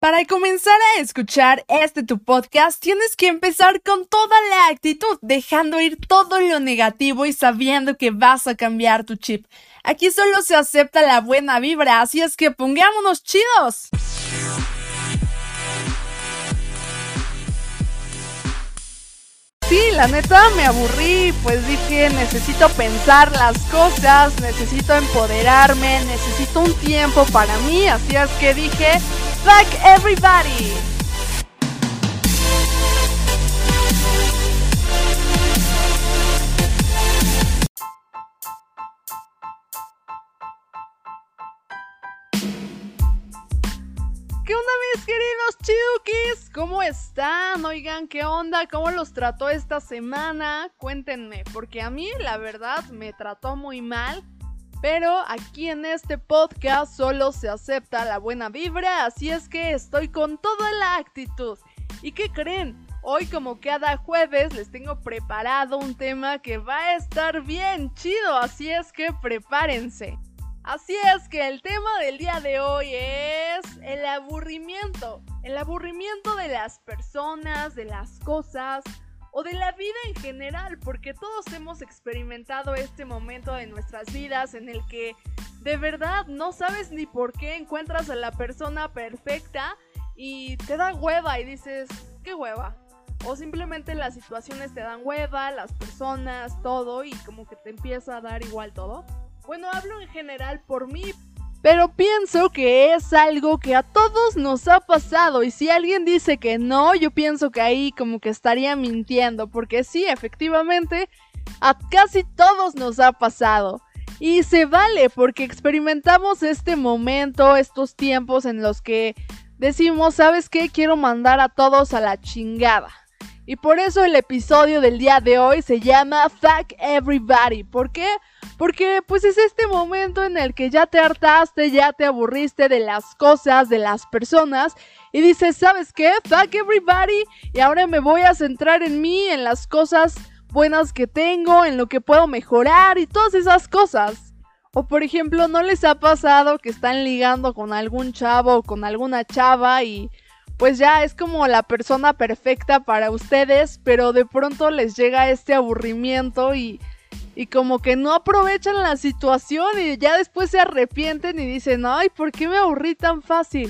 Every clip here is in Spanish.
Para comenzar a escuchar tu podcast, tienes que empezar con toda la actitud, dejando ir todo lo negativo y sabiendo que vas a cambiar tu chip. Aquí solo se acepta la buena vibra, así es que pongámonos chidos. Sí, la neta me aburrí, pues dije, necesito pensar las cosas, necesito empoderarme, necesito un tiempo para mí, así es que dije, fuck everybody. ¿Qué onda, mis queridos chiukis? ¿Cómo están? Oigan, ¿qué onda? ¿Cómo los trató esta semana? Cuéntenme, porque a mí, la verdad, me trató muy mal. Pero aquí en este podcast solo se acepta la buena vibra, así es que estoy con toda la actitud. ¿Y qué creen? Hoy, como cada jueves, les tengo preparado un tema que va a estar bien chido, así es que prepárense. Así es que el tema del día de hoy es el aburrimiento. El aburrimiento de las personas, de las cosas o de la vida en general, porque todos hemos experimentado este momento de nuestras vidas en el que de verdad no sabes ni por qué encuentras a la persona perfecta y te da hueva y dices, ¿qué hueva? O simplemente las situaciones te dan hueva, las personas, todo, y como que te empieza a dar igual todo. Bueno, hablo en general por mí, pero pienso que es algo que a todos nos ha pasado, y si alguien dice que no, yo pienso que ahí como que estaría mintiendo, porque sí, efectivamente, a casi todos nos ha pasado. Y se vale, porque experimentamos este momento, estos tiempos en los que decimos, ¿sabes qué? Quiero mandar a todos a la chingada. Y por eso el episodio del día de hoy se llama Fuck Everybody. ¿Por qué? Porque pues es este momento en el que ya te hartaste, ya te aburriste de las cosas, de las personas y dices, ¿sabes qué? Fuck everybody, y ahora me voy a centrar en mí, en las cosas buenas que tengo, en lo que puedo mejorar y todas esas cosas. O por ejemplo, ¿no les ha pasado que están ligando con algún chavo o con alguna chava y pues ya es como la persona perfecta para ustedes, pero de pronto les llega este aburrimiento y como que no aprovechan la situación y ya después se arrepienten y dicen, ay, ¿por qué me aburrí tan fácil?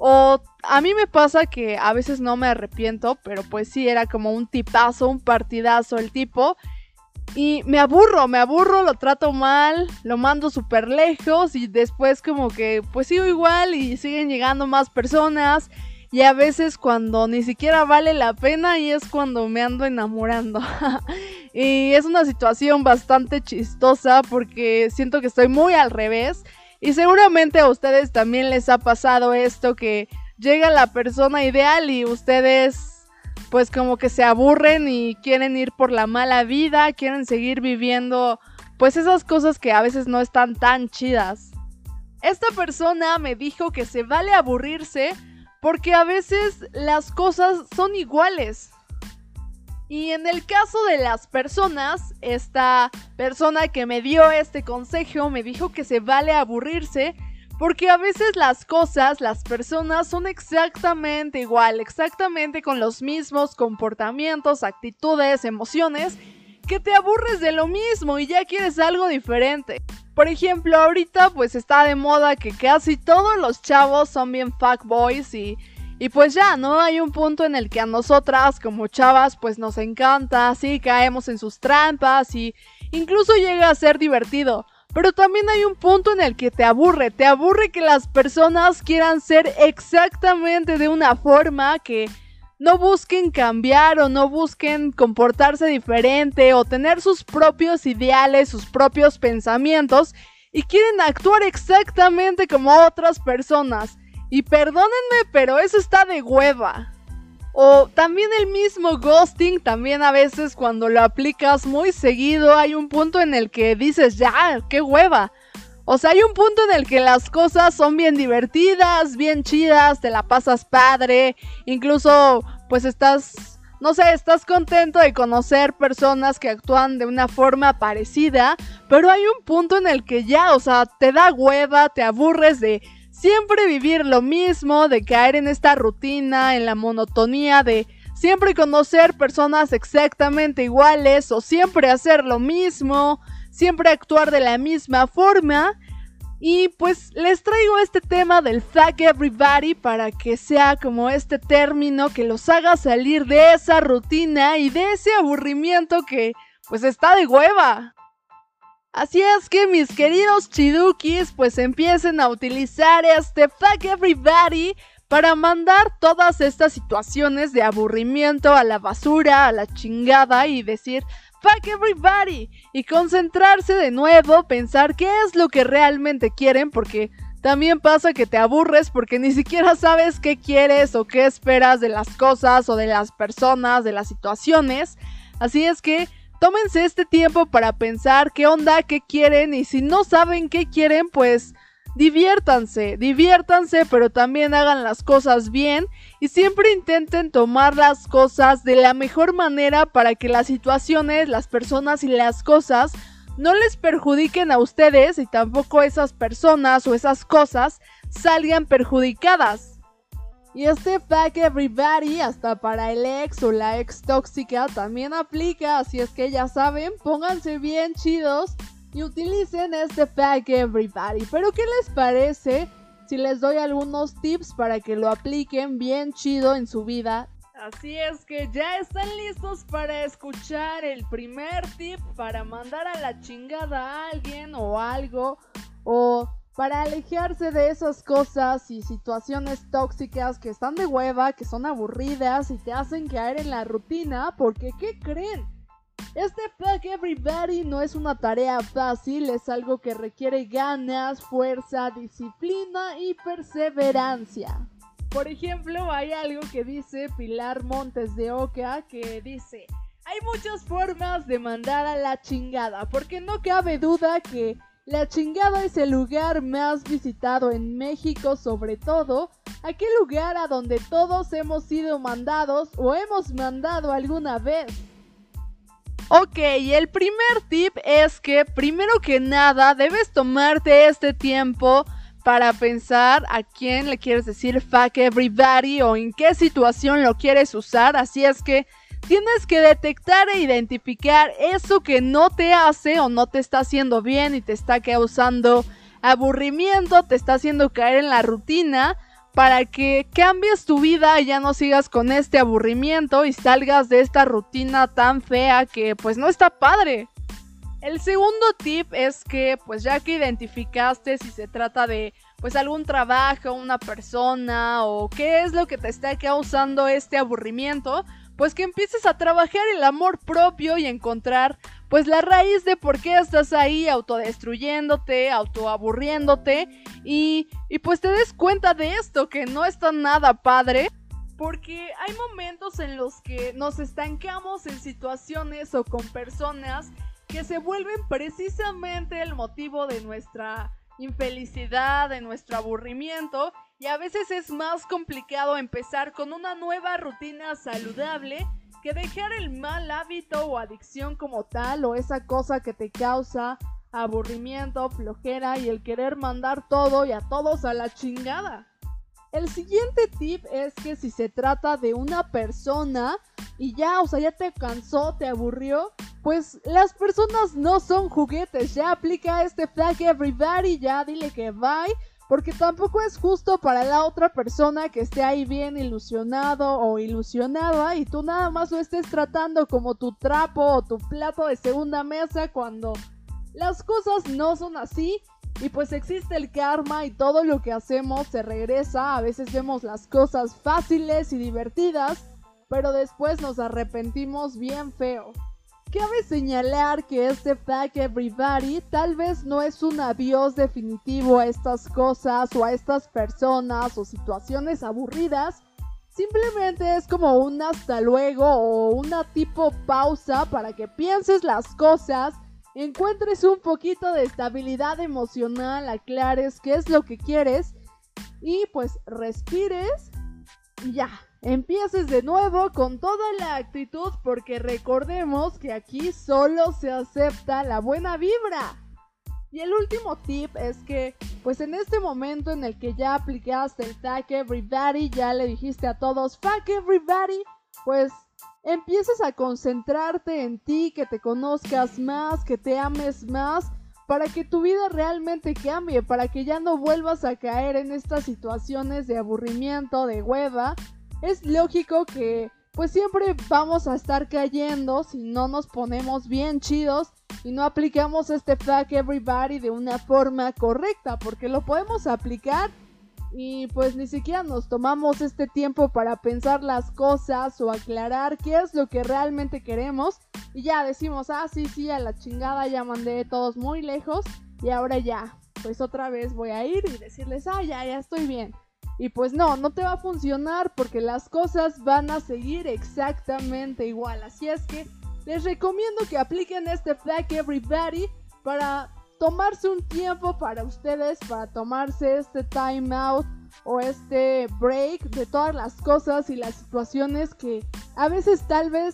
O a mí me pasa que a veces no me arrepiento, pero pues sí, era como un tipazo, un partidazo el tipo. Y me aburro, lo trato mal, lo mando súper lejos y después como que pues sigo igual y siguen llegando más personas. Y a veces cuando ni siquiera vale la pena y es cuando me ando enamorando. Y es una situación bastante chistosa porque siento que estoy muy al revés. Y seguramente a ustedes también les ha pasado esto, que llega la persona ideal y ustedes pues como que se aburren y quieren ir por la mala vida, quieren seguir viviendo pues esas cosas que a veces no están tan chidas. Esta persona me dijo que se vale aburrirse porque a veces las cosas son iguales. Y en el caso de las personas, esta persona que me dio este consejo me dijo que se vale aburrirse porque a veces las cosas, las personas son exactamente igual, exactamente con los mismos comportamientos, actitudes, emociones, que te aburres de lo mismo y ya quieres algo diferente. Por ejemplo, ahorita pues está de moda que casi todos los chavos son bien fuckboys y pues ya, ¿no? Hay un punto en el que a nosotras como chavas pues nos encanta, sí, caemos en sus trampas y incluso llega a ser divertido. Pero también hay un punto en el que te aburre que las personas quieran ser exactamente de una forma, que no busquen cambiar o no busquen comportarse diferente o tener sus propios ideales, sus propios pensamientos y quieren actuar exactamente como otras personas. Y perdónenme, pero eso está de hueva. O también el mismo ghosting, también a veces cuando lo aplicas muy seguido hay un punto en el que dices, ya, qué hueva. O sea, hay un punto en el que las cosas son bien divertidas, bien chidas, te la pasas padre, incluso pues estás, no sé, estás contento de conocer personas que actúan de una forma parecida, pero hay un punto en el que ya, o sea, te da hueva, te aburres de siempre vivir lo mismo, de caer en esta rutina, en la monotonía de siempre conocer personas exactamente iguales o siempre hacer lo mismo, siempre actuar de la misma forma. Y pues les traigo este tema del fuck everybody para que sea como este término que los haga salir de esa rutina y de ese aburrimiento que pues está de hueva. Así es que mis queridos chidukis pues empiecen a utilizar este fuck everybody para mandar todas estas situaciones de aburrimiento a la basura, a la chingada y decir fuck everybody y concentrarse de nuevo, pensar qué es lo que realmente quieren, porque también pasa que te aburres porque ni siquiera sabes qué quieres o qué esperas de las cosas o de las personas, de las situaciones. Así es que tómense este tiempo para pensar qué onda, qué quieren, y si no saben qué quieren, pues diviértanse, pero también hagan las cosas bien y siempre intenten tomar las cosas de la mejor manera para que las situaciones, las personas y las cosas no les perjudiquen a ustedes y tampoco esas personas o esas cosas salgan perjudicadas. Y este fuck everybody hasta para el ex o la ex tóxica también aplica, así es que ya saben, pónganse bien chidos y utilicen este fuck everybody. Pero ¿qué les parece si les doy algunos tips para que lo apliquen bien chido en su vida? Así es que ya están listos para escuchar el primer tip para mandar a la chingada a alguien o algo, o para alejarse de esas cosas y situaciones tóxicas que están de hueva, que son aburridas y te hacen caer en la rutina. Porque ¿qué creen? Este fuck everybody no es una tarea fácil, es algo que requiere ganas, fuerza, disciplina y perseverancia. Por ejemplo, hay algo que dice Pilar Montes de Oca, que dice: hay muchas formas de mandar a la chingada, porque no cabe duda que la chingada es el lugar más visitado en México, sobre todo aquel lugar a donde todos hemos sido mandados o hemos mandado alguna vez. Ok, el primer tip es que primero que nada debes tomarte este tiempo para pensar a quién le quieres decir fuck everybody o en qué situación lo quieres usar. Así es que tienes que detectar e identificar eso que no te hace o no te está haciendo bien y te está causando aburrimiento, te está haciendo caer en la rutina, para que cambies tu vida y ya no sigas con este aburrimiento y salgas de esta rutina tan fea que pues no está padre. El segundo tip es que pues ya que identificaste si se trata de pues algún trabajo, una persona o qué es lo que te está causando este aburrimiento, pues que empieces a trabajar el amor propio y encontrar pues la raíz de por qué estás ahí autodestruyéndote, autoaburriéndote y pues te des cuenta de esto, que no está nada padre, porque hay momentos en los que nos estancamos en situaciones o con personas que se vuelven precisamente el motivo de nuestra infelicidad, de nuestro aburrimiento, y a veces es más complicado empezar con una nueva rutina saludable que dejar el mal hábito o adicción como tal, o esa cosa que te causa aburrimiento, flojera y el querer mandar todo y a todos a la chingada. El siguiente tip es que si se trata de una persona y ya, ya te cansó, te aburrió, pues las personas no son juguetes, ya aplica este fuck everybody, ya dile que bye, porque tampoco es justo para la otra persona que esté ahí bien ilusionado o ilusionada y tú nada más lo estés tratando como tu trapo o tu plato de segunda mesa, cuando las cosas no son así. Y pues existe el karma y todo lo que hacemos se regresa. A veces vemos las cosas fáciles y divertidas, pero después nos arrepentimos bien feo. Cabe señalar que este fuck everybody tal vez no es un adiós definitivo a estas cosas o a estas personas o situaciones aburridas. Simplemente es como un hasta luego o una tipo pausa para que pienses las cosas, encuentres un poquito de estabilidad emocional, aclares qué es lo que quieres y pues respires y ya, empieces de nuevo con toda la actitud, porque recordemos que aquí solo se acepta la buena vibra. Y el último tip es que, pues en este momento en el que ya aplicaste el fuck everybody, ya le dijiste a todos fuck everybody, pues empieces a concentrarte en ti, que te conozcas más, que te ames más, para que tu vida realmente cambie, para que ya no vuelvas a caer en estas situaciones de aburrimiento, de hueva. Es lógico que pues siempre vamos a estar cayendo si no nos ponemos bien chidos y no aplicamos este fuck everybody de una forma correcta, porque lo podemos aplicar y pues ni siquiera nos tomamos este tiempo para pensar las cosas o aclarar qué es lo que realmente queremos y ya decimos, sí, a la chingada, ya mandé todos muy lejos y ahora ya, pues otra vez voy a ir y decirles, ya estoy bien. Y pues no te va a funcionar porque las cosas van a seguir exactamente igual. Así es que les recomiendo que apliquen este fuck everybody para tomarse un tiempo para ustedes, para tomarse este time out o este break de todas las cosas y las situaciones que a veces tal vez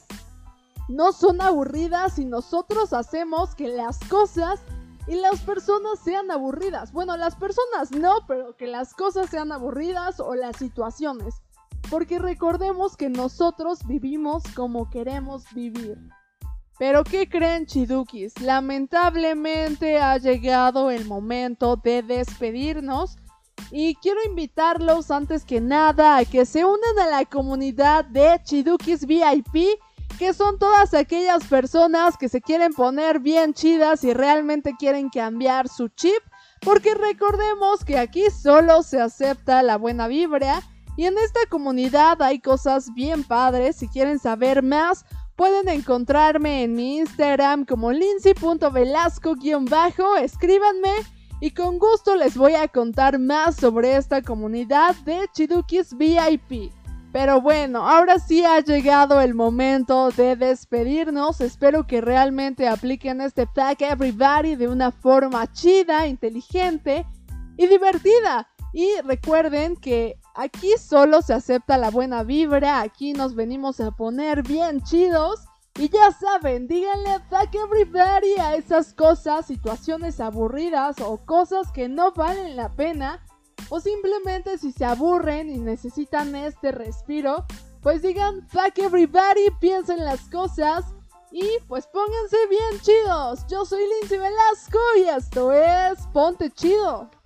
no son aburridas y nosotros hacemos que las cosas y las personas sean aburridas. Bueno, las personas no, pero que las cosas sean aburridas o las situaciones. Porque recordemos que nosotros vivimos como queremos vivir. Pero ¿qué creen, chidukis? Lamentablemente ha llegado el momento de despedirnos. Y quiero invitarlos antes que nada a que se unan a la comunidad de Chidukis VIP, que son todas aquellas personas que se quieren poner bien chidas y realmente quieren cambiar su chip, porque recordemos que aquí solo se acepta la buena vibra y en esta comunidad hay cosas bien padres. Si quieren saber más, pueden encontrarme en mi Instagram como lindsay.velasco_, escríbanme y con gusto les voy a contar más sobre esta comunidad de Chidukis VIP. Pero bueno, ahora sí ha llegado el momento de despedirnos. Espero que realmente apliquen este fuck everybody de una forma chida, inteligente y divertida. Y recuerden que aquí solo se acepta la buena vibra, aquí nos venimos a poner bien chidos. Y ya saben, díganle fuck everybody a esas cosas, situaciones aburridas o cosas que no valen la pena. O simplemente si se aburren y necesitan este respiro, pues digan fuck everybody, piensen las cosas y pues pónganse bien chidos. Yo soy Lindsay Velasco y esto es Ponte Chido.